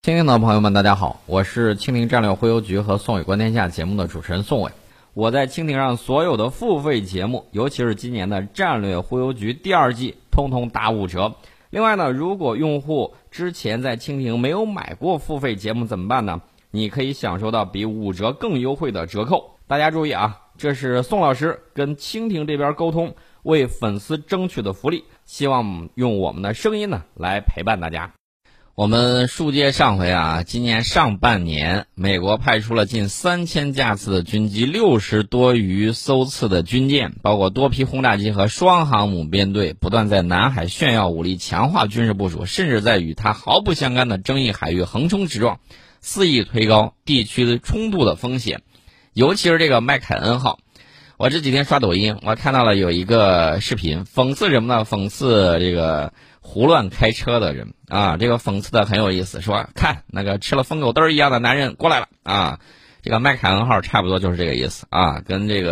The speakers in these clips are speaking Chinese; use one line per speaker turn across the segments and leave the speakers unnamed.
蜻蜓的朋友们，大家好，我是蜻蜓战略忽悠局和宋伟观天下节目的主持人宋伟。我在蜻蜓上所有的付费节目，尤其是今年的战略忽悠局第2季，通通打5折。另外呢，如果用户之前在蜻蜓没有买过付费节目怎么办呢？你可以享受到比5折更优惠的折扣。大家注意啊，这是宋老师跟蜻蜓这边沟通，为粉丝争取的福利，希望用我们的声音呢来陪伴大家。我们书接上回啊，今年上半年，美国派出了近3000架次的军机，60多余艘次的军舰，包括多批轰炸机和双航母编队，不断在南海炫耀武力，强化军事部署，甚至在与它毫不相干的争议海域横冲直撞，肆意推高地区的冲突的风险。尤其是这个麦凯恩号，我这几天刷抖音，我看到了有一个视频，讽刺什么呢？讽刺这个胡乱开车的人啊，这个讽刺的很有意思，说看那个吃了疯狗灯一样的男人过来了啊，这个麦凯恩号差不多就是这个意思啊，跟这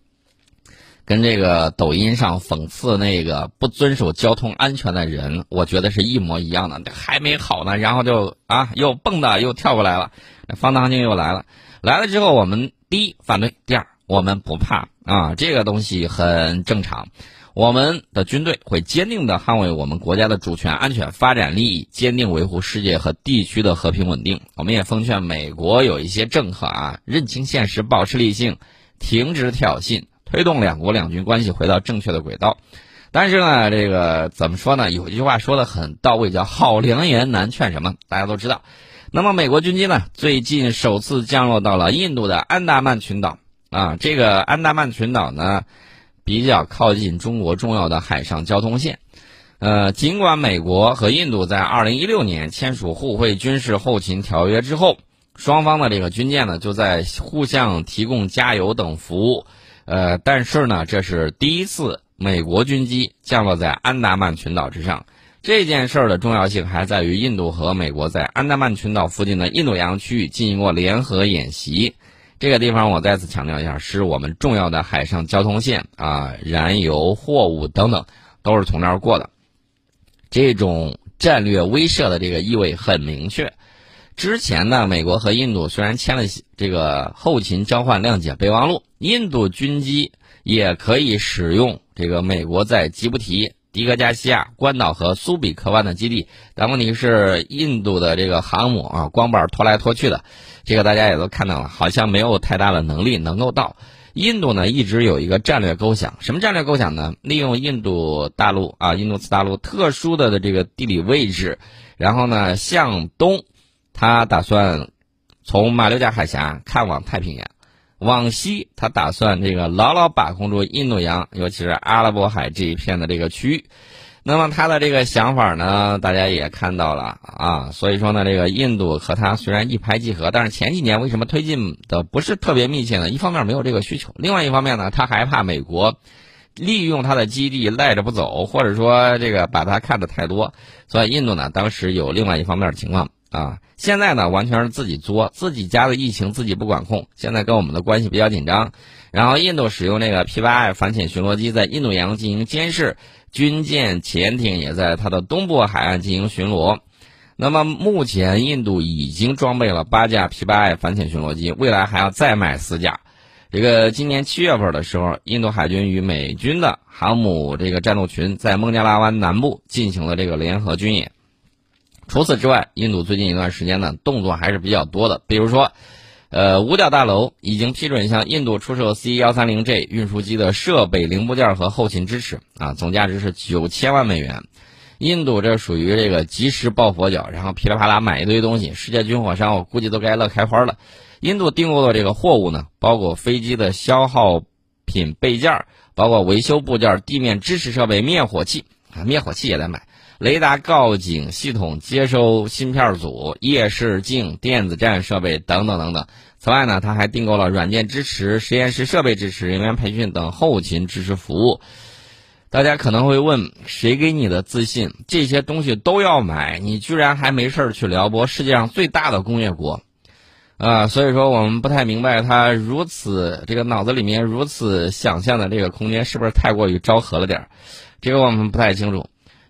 个抖音上讽刺那个不遵守交通安全的人，我觉得是一模一样的。还没好呢，然后就又蹦的又跳过来了，方唐镜又来了之后，我们第一反对，第二我们不怕啊，这个东西很正常。我们的军队会坚定地捍卫我们国家的主权、安全、发展利益，坚定维护世界和地区的和平稳定。我们也奉劝美国有一些政客认清现实，保持理性，停止挑衅，推动两国两军关系回到正确的轨道。但是呢，这个怎么说呢？有一句话说得很到位，叫好良言难劝什么，大家都知道。那么美国军机呢，最近首次降落到了印度的安达曼群岛这个安达曼群岛呢比较靠近中国重要的海上交通线。尽管美国和印度在2016年签署互惠军事后勤条约之后，双方的这个军舰呢就在互相提供加油等服务，但是呢，这是第一次美国军机降落在安达曼群岛之上。这件事儿的重要性还在于印度和美国在安达曼群岛附近的印度洋区域进行过联合演习。这个地方我再次强调一下，是我们重要的海上交通线燃油、货物等等都是从这儿过的。这种战略威慑的这个意味很明确。之前呢，美国和印度虽然签了这个后勤交换谅解备忘录，印度军机也可以使用这个美国在吉布提、迪戈加西亚、关岛和苏比克湾的基地，但问题是印度的这个航母光板拖来拖去的，这个大家也都看到了，好像没有太大的能力能够到。印度呢一直有一个战略构想，什么战略构想呢？利用印度大陆印度次大陆特殊的这个地理位置，然后呢向东，他打算从马六甲海峡看往太平洋，往西他打算这个牢牢把控住印度洋，尤其是阿拉伯海这一片的这个区域。那么他的这个想法呢，大家也看到了所以说呢，这个印度和他虽然一拍即合，但是前几年为什么推进的不是特别密切呢？一方面没有这个需求，另外一方面呢，他还怕美国利用他的基地赖着不走，或者说这个把他看得太多，所以印度呢当时有另外一方面的情况现在呢完全是自己作，自己家的疫情自己不管控，现在跟我们的关系比较紧张。然后印度使用这个 P8I 反潜巡逻机在印度洋进行监视，军舰、潜艇也在它的东部海岸进行巡逻。那么目前印度已经装备了8架 P8I 反潜巡逻机，未来还要再买4架。这个今年7月份的时候，印度海军与美军的航母这个战斗群在孟加拉湾南部进行了这个联合军演。除此之外，印度最近一段时间呢动作还是比较多的，比如说五角大楼已经批准向印度出售 C-130J 运输机的设备零部件和后勤支持总价值是9000万美元。印度这属于这个及时抱佛脚，然后噼里啪啦买一堆东西，世界军火商我估计都该乐开花了。印度订购的这个货物呢，包括飞机的消耗品备件，包括维修部件、地面支持设备、灭火器灭火器也得买，雷达告警系统、接收芯片组、夜视镜、电子战设备等等等等。此外呢，他还订购了软件支持、实验室设备支持、人员培训等后勤支持服务。大家可能会问，谁给你的自信？这些东西都要买，你居然还没事去撩拨世界上最大的工业国所以说我们不太明白他如此这个脑子里面如此想象的这个空间是不是太过于昭和了点，这个我们不太清楚。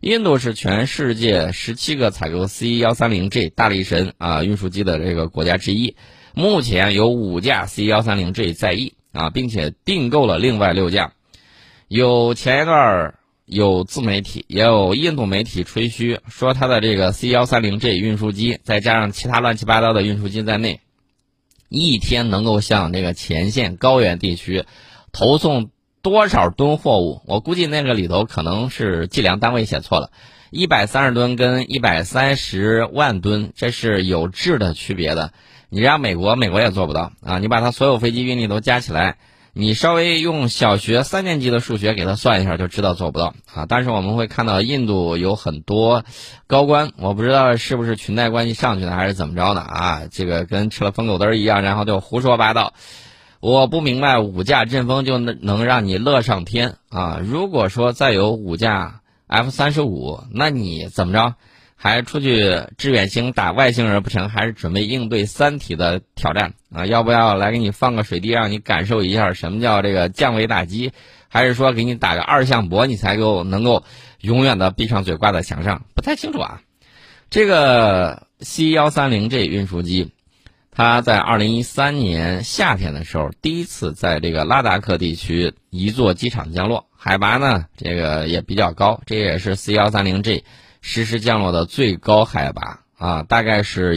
印度是全世界17个采购 C130J 大力神运输机的这个国家之一，目前有5架 C130J 在役并且订购了另外6架。有前一段有自媒体也有印度媒体吹嘘说，它的这个 C130J 运输机再加上其他乱七八糟的运输机在内，一天能够向这个前线高原地区投送多少吨货物？我估计那个里头可能是计量单位写错了，130吨跟130万吨，这是有质的区别的。你让美国也做不到你把它所有飞机运力都加起来，你稍微用小学3年级的数学给它算一下就知道做不到但是我们会看到印度有很多高官，我不知道是不是裙带关系上去的还是怎么着的这个跟吃了疯狗灯一样，然后就胡说八道。我不明白5架阵风就能让你乐上天如果说再有5架 F-35，那你怎么着还出去支远星打外星人不成？还是准备应对3体的挑战要不要来给你放个水滴，让你感受一下什么叫这个降维打击？还是说给你打个2向箔，你才能够永远的闭上嘴挂在墙上？不太清楚这个 C130J 运输机，它在2013年夏天的时候第一次在这个拉达克地区一座机场降落，海拔呢这个也比较高，这也是 C130J 实时降落的最高海拔大概是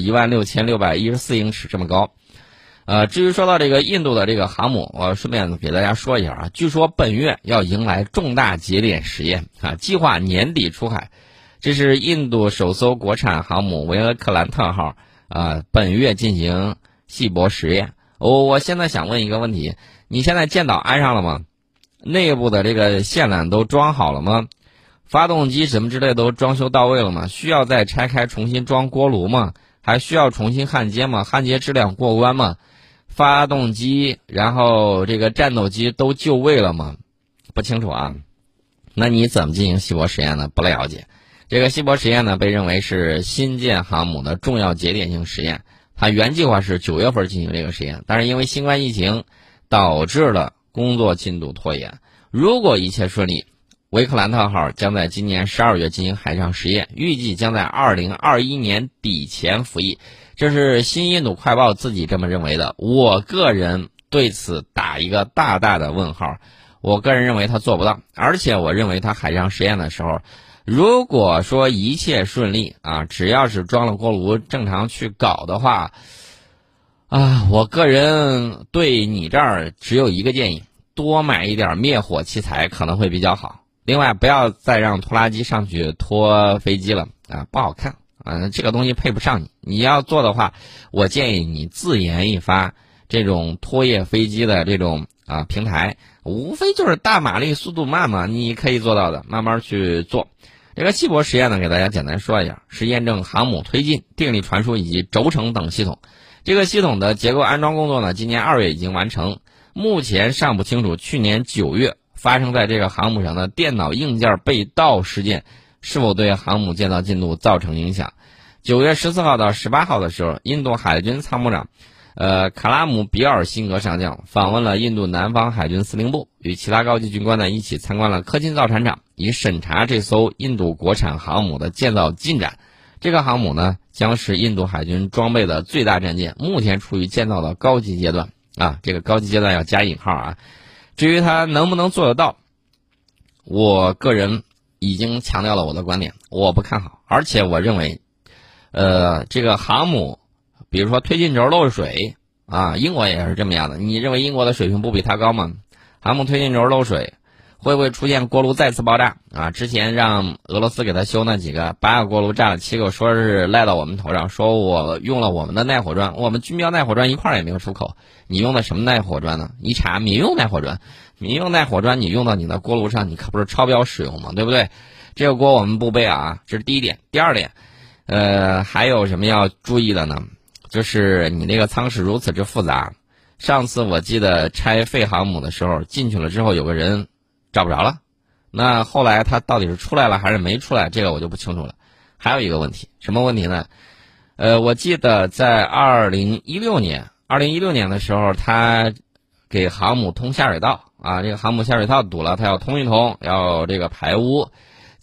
16614英尺这么高。至于说到这个印度的这个航母，我顺便给大家说一下据说本月要迎来重大节点实验计划年底出海。这是印度首艘国产航母维克兰特号本月进行细薄实验。我现在想问一个问题，你现在建岛安上了吗？内部的这个线缆都装好了吗？发动机什么之类都装修到位了吗？需要再拆开重新装锅炉吗？还需要重新焊接吗？焊接质量过关吗？发动机然后这个战斗机都就位了吗？不清楚那你怎么进行细薄实验呢？不了解。这个细薄实验呢，被认为是新建航母的重要节点性实验。它原计划是9月份进行这个实验，但是因为新冠疫情导致了工作进度拖延。如果一切顺利，维克兰特号将在今年12月进行海上实验，预计将在2021年底前服役。这是新印度快报自己这么认为的，我个人对此打一个大大的问号。我个人认为他做不到，而且我认为他海上实验的时候，如果说一切顺利只要是装了锅炉正常去搞的话我个人对你这儿只有一个建议，多买一点灭火器材可能会比较好。另外不要再让拖拉机上去拖飞机了不好看这个东西配不上你。你要做的话，我建议你自研一发这种拖曳飞机的这种平台，无非就是大马力速度慢嘛，你可以做到的，慢慢去做。这个细薄实验呢，给大家简单说一下，是验证航母推进、电力传输以及轴承等系统。这个系统的结构安装工作呢，今年2月已经完成，目前尚不清楚去年9月发生在这个航母上的电脑硬件被盗事件是否对航母建造进度造成影响。9月14号到18号的时候，印度海军参谋长卡拉姆比尔辛格上将访问了印度南方海军司令部，与其他高级军官呢一起参观了科钦造船厂，以审查这艘印度国产航母的建造进展。这个航母呢将是印度海军装备的最大战舰，目前处于建造的高级阶段这个高级阶段要加引号至于它能不能做得到，我个人已经强调了我的观点，我不看好。而且我认为这个航母比如说推进轴漏水英国也是这么样的，你认为英国的水平不比它高吗？航母推进轴漏水会不会出现锅炉再次爆炸之前让俄罗斯给他修那几个8个锅炉炸了7个，说是赖到我们头上，说我用了我们的耐火砖，我们军标耐火砖一块也没有出口，你用的什么耐火砖呢？一查民用耐火砖，民用耐火砖你用到你的锅炉上，你可不是超标使用吗？对不对？这个锅我们不背这是第一点。第二点还有什么要注意的呢？就是你那个舱室如此之复杂，上次我记得拆废航母的时候进去了之后有个人找不着了，那后来他到底是出来了还是没出来，这个我就不清楚了。还有一个问题，什么问题呢？我记得在2016年的时候，他给航母通下水道这个航母下水道堵了，他要通一通，要这个排污。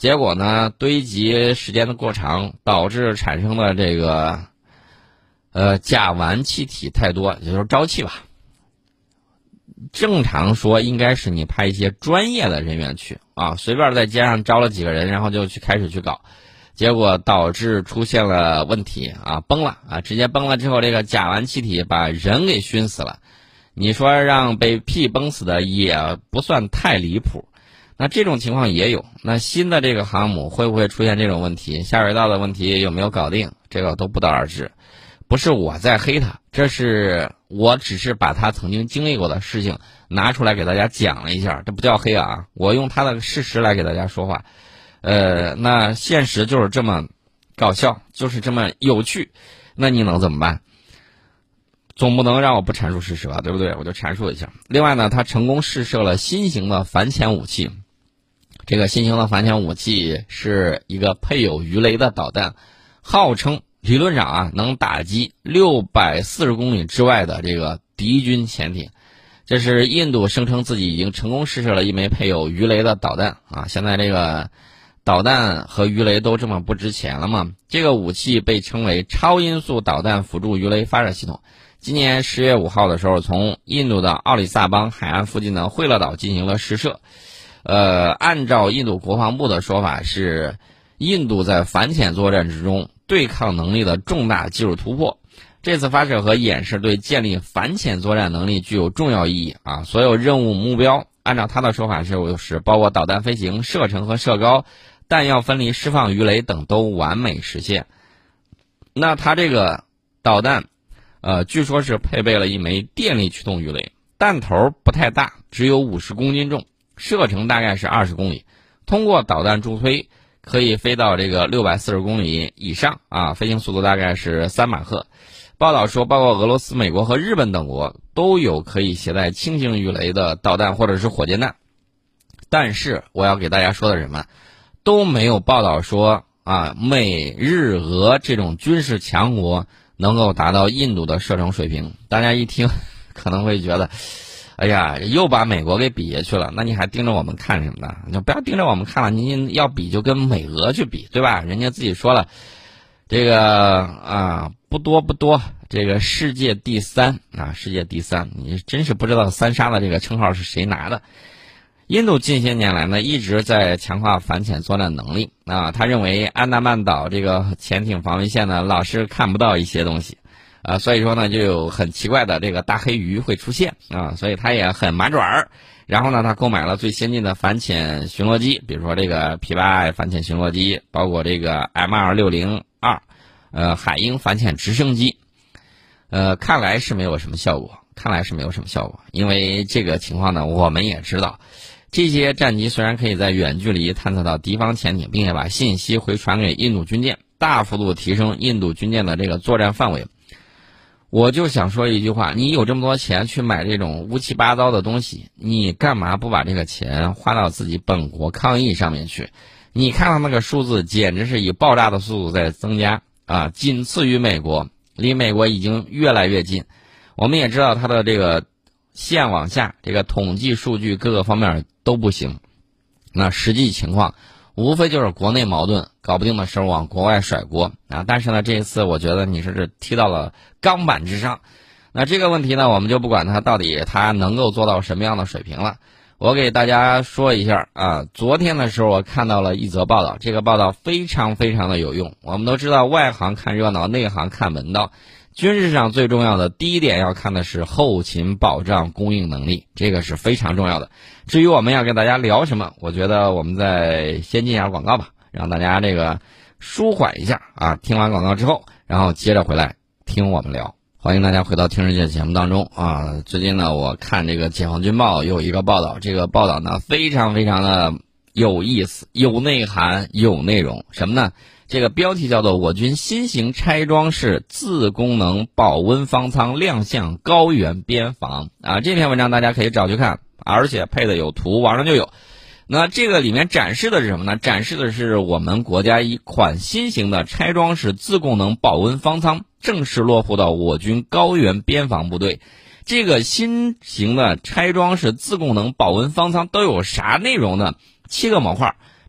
结果呢，堆积时间的过长，导致产生的这个甲烷气体太多，也就是沼气吧。正常说应该是你派一些专业的人员去啊，随便在街上招了几个人，然后就开始去搞，结果导致出现了问题啊，崩了啊，直接崩了之后，这个甲烷气体把人给熏死了。你说让被屁崩死的也不算太离谱，那这种情况也有。那新的这个航母会不会出现这种问题？下水道的问题有没有搞定？这个都不得而知。不是我在黑他，我只是把他曾经经历过的事情拿出来给大家讲了一下，这不叫黑啊，我用他的事实来给大家说话。那现实就是这么搞笑，就是这么有趣，那你能怎么办？总不能让我不阐述事实吧，对不对？我就阐述一下。另外呢，他成功试射了新型的反潜武器，这个新型的反潜武器是一个配有鱼雷的导弹，号称理论上啊能打击640公里之外的这个敌军潜艇。这是印度声称自己已经成功试射了一枚配有鱼雷的导弹啊！现在这个导弹和鱼雷都这么不值钱了吗？这个武器被称为超音速导弹辅助鱼雷发射系统。今年10月5号的时候，从印度的奥里萨邦海岸附近的惠勒岛进行了试射。按照印度国防部的说法是，印度在反潜作战之中对抗能力的重大技术突破。这次发射和演示对建立反潜作战能力具有重要意义啊！所有任务目标，按照他的说法是包括导弹飞行、射程和射高、弹药分离、释放鱼雷等都完美实现。那他这个导弹据说是配备了一枚电力驱动鱼雷，弹头不太大，只有50公斤重，射程大概是20公里，通过导弹助推可以飞到这个640公里以上啊，飞行速度大概是3马赫。报道说，包括俄罗斯、美国和日本等国都有可以携带轻型鱼雷的导弹或者是火箭弹，但是我要给大家说的是什么？都没有报道说啊，美日俄这种军事强国能够达到印度的射程水平。大家一听可能会觉得，哎呀，又把美国给比下去了，那你还盯着我们看什么呢？你就不要盯着我们看了，您要比就跟美俄去比，对吧？人家自己说了，这个不多，这个世界第3啊，世界第3，你真是不知道3杀的这个称号是谁拿的。印度近些年来呢，一直在强化反潜作战能力啊。他认为安达曼岛这个潜艇防卫线呢，老是看不到一些东西啊，所以说呢，就有很奇怪的这个大黑鱼会出现啊，所以他也很麻爪儿。然后呢，他购买了最先进的反潜巡逻机，比如说这个 P8I 反潜巡逻机，包括这个 M260-2海鹰反潜直升机。看来是没有什么效果，因为这个情况呢，我们也知道，这些战机虽然可以在远距离探测到敌方潜艇，并且把信息回传给印度军舰，大幅度提升印度军舰的这个作战范围。我就想说一句话，你有这么多钱去买这种乌七八糟的东西，你干嘛不把这个钱花到自己本国抗疫上面去？你看到那个数字简直是以爆炸的速度在增加啊，仅次于美国，离美国已经越来越近。我们也知道它的这个线往下，这个统计数据各个方面都不行。那实际情况无非就是国内矛盾搞不定的时候往国外甩锅啊。但是呢，这一次我觉得你是踢到了钢板之上。那这个问题呢，我们就不管它到底它能够做到什么样的水平了。我给大家说一下啊，昨天的时候我看到了一则报道，这个报道非常非常的有用。我们都知道，外行看热闹，内行看门道。军事上最重要的第一点要看的是后勤保障供应能力，这个是非常重要的。至于我们要跟大家聊什么，我觉得我们再先进一下广告吧，让大家这个舒缓一下啊。听完广告之后，然后接着回来听我们聊。欢迎大家回到听世界节目当中啊！最近呢，我看这个解放军报有一个报道，这个报道呢非常非常的有意思，有内涵，有内容。什么呢？这个标题叫做我军新型拆装式自功能保温方舱亮相高原边防啊！这篇文章大家可以找去看，而且配的有图，网上就有。那这个里面展示的是什么呢？展示的是我们国家一款新型的拆装式自功能保温方舱正式落户到我军高原边防部队。这个新型的拆装式自功能保温方舱都有啥内容呢？7个模块。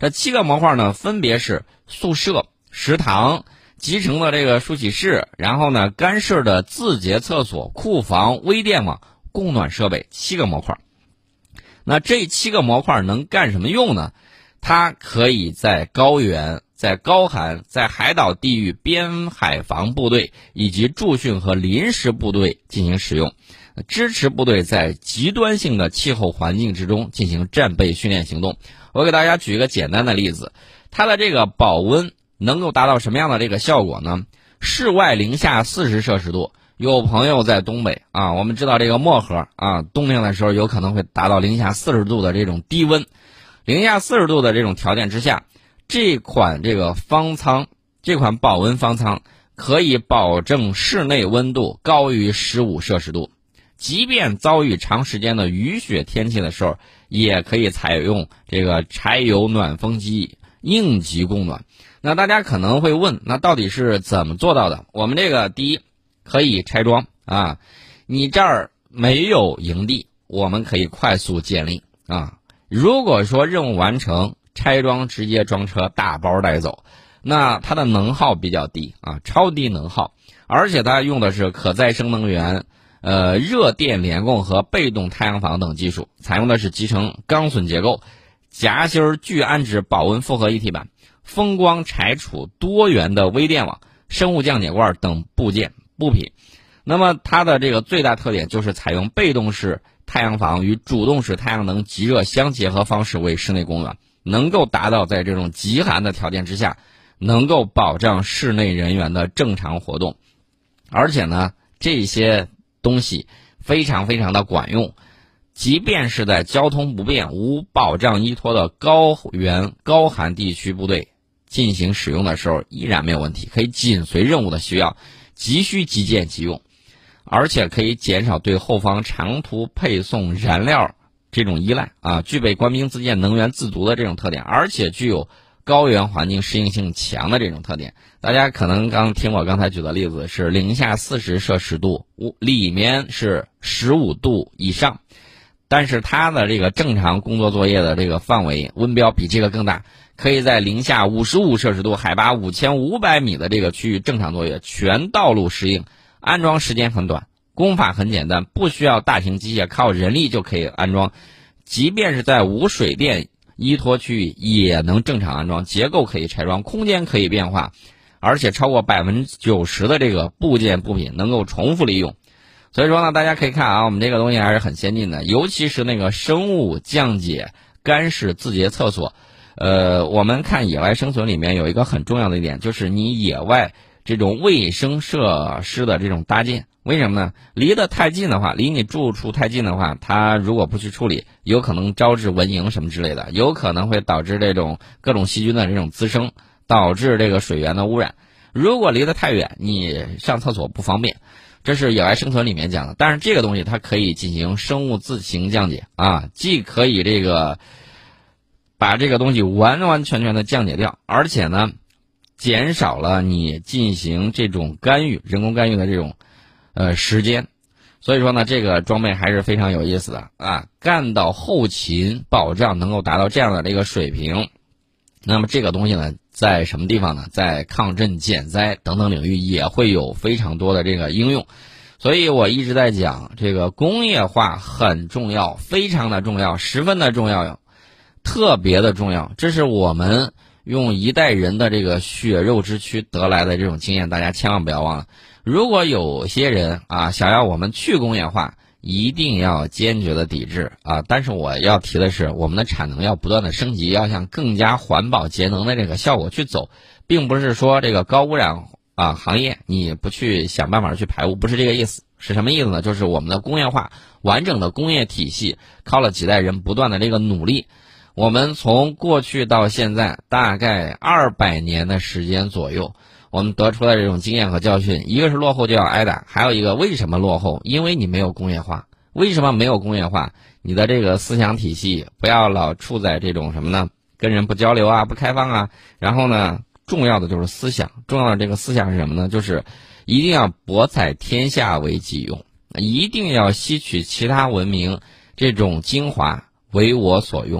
这7个模块呢，分别是宿舍、食堂、集成的这个梳洗室，然后呢干式的自洁厕所、库房、微电网、供暖设备，7个模块。那这7个模块能干什么用呢？它可以在高原、在高寒、在海岛地域边海防部队以及驻训和临时部队进行使用，支持部队在极端性的气候环境之中进行战备训练行动。我给大家举一个简单的例子，它的这个保温能够达到什么样的这个效果呢？室外零下40摄氏度，有朋友在东北啊，我们知道这个漠河啊，冬天的时候有可能会达到零下40度的这种低温，零下40度的这种条件之下，这款保温方舱可以保证室内温度高于15摄氏度，即便遭遇长时间的雨雪天气的时候，也可以采用这个柴油暖风机应急供暖。那大家可能会问，那到底是怎么做到的？我们这个第一，可以拆装啊，你这儿没有营地，我们可以快速建立啊。如果说任务完成，拆装直接装车大包带走，那它的能耗比较低啊，超低能耗，而且它用的是可再生能源、热电联供和被动太阳防等技术，采用的是集成钢榫结构、夹心聚氨酯保温复合一体板、风光柴储多元的微电网、生物降解罐等部品。那么它的这个最大特点就是采用被动式太阳防与主动式太阳能极热相结合方式为室内供暖，能够达到在这种极寒的条件之下，能够保障室内人员的正常活动。而且呢，这些东西非常非常的管用，即便是在交通不便、无保障依托的高原高寒地区部队进行使用的时候依然没有问题，可以紧随任务的需要，急需即见即用，而且可以减少对后方长途配送燃料这种依赖啊，具备官兵自建、能源自足的这种特点，而且具有高原环境适应性强的这种特点。大家可能刚听我刚才举的例子是零下40摄氏度，里面是15度以上，但是它的这个正常工作作业的这个范围温标比这个更大，可以在零下55摄氏度、海拔5500米的这个区域正常作业，全道路适应，安装时间很短，工法很简单，不需要大型机械，靠人力就可以安装，即便是在无水电依托区域也能正常安装，结构可以拆装，空间可以变化，而且超过90%的这个部件部品能够重复利用。所以说呢，大家可以看啊，我们这个东西还是很先进的，尤其是那个生物降解干式自洁厕所。我们看野外生存里面有一个很重要的一点，就是你野外这种卫生设施的这种搭建。为什么呢？离得太近的话，离你住处太近的话，它如果不去处理，有可能招致蚊蝇什么之类的，有可能会导致这种各种细菌的这种滋生，导致这个水源的污染。如果离得太远，你上厕所不方便，这是野外生存里面讲的。但是这个东西它可以进行生物自行降解啊，既可以这个把这个东西完完全全的降解掉，而且呢减少了你进行这种人工干预的这种时间。所以说呢，这个装备还是非常有意思的啊，干到后勤保障能够达到这样的这个水平，那么这个东西呢在什么地方呢？在抗震减灾等等领域也会有非常多的这个应用。所以我一直在讲这个工业化很重要，非常的重要，十分的重要，特别的重要。这是我们用一代人的这个血肉之躯得来的这种经验，大家千万不要忘了。如果有些人啊想要我们去工业化，一定要坚决的抵制啊！但是我要提的是，我们的产能要不断的升级，要向更加环保节能的这个效果去走，并不是说这个高污染行业你不去想办法去排污，不是这个意思。是什么意思呢？就是我们的工业化完整的工业体系靠了几代人不断的这个努力，我们从过去到现在大概200年的时间左右，我们得出来这种经验和教训，一个是落后就要挨打，还有一个为什么落后？因为你没有工业化。为什么没有工业化？你的这个思想体系不要老处在这种什么呢？跟人不交流啊，不开放啊。然后呢，重要的就是思想，重要的这个思想是什么呢？就是一定要博采天下为己用，一定要吸取其他文明这种精华为我所用。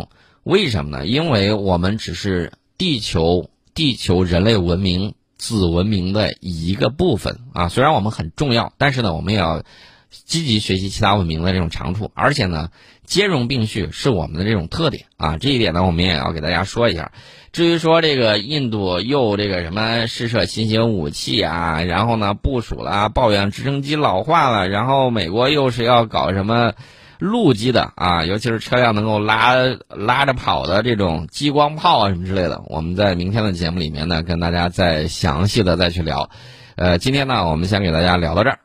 为什么呢？因为我们只是地球人类文明子文明的一个部分啊。虽然我们很重要，但是呢，我们也要积极学习其他文明的这种长处，而且呢，兼容并蓄是我们的这种特点啊。这一点呢，我们也要给大家说一下。至于说这个印度又这个什么试射新型武器啊，然后呢部署了，抱怨直升机老化了，然后美国又是要搞什么陆基的啊，尤其是车辆能够拉着跑的这种激光炮啊什么之类的，我们在明天的节目里面呢跟大家再详细的再去聊。今天呢我们先给大家聊到这儿。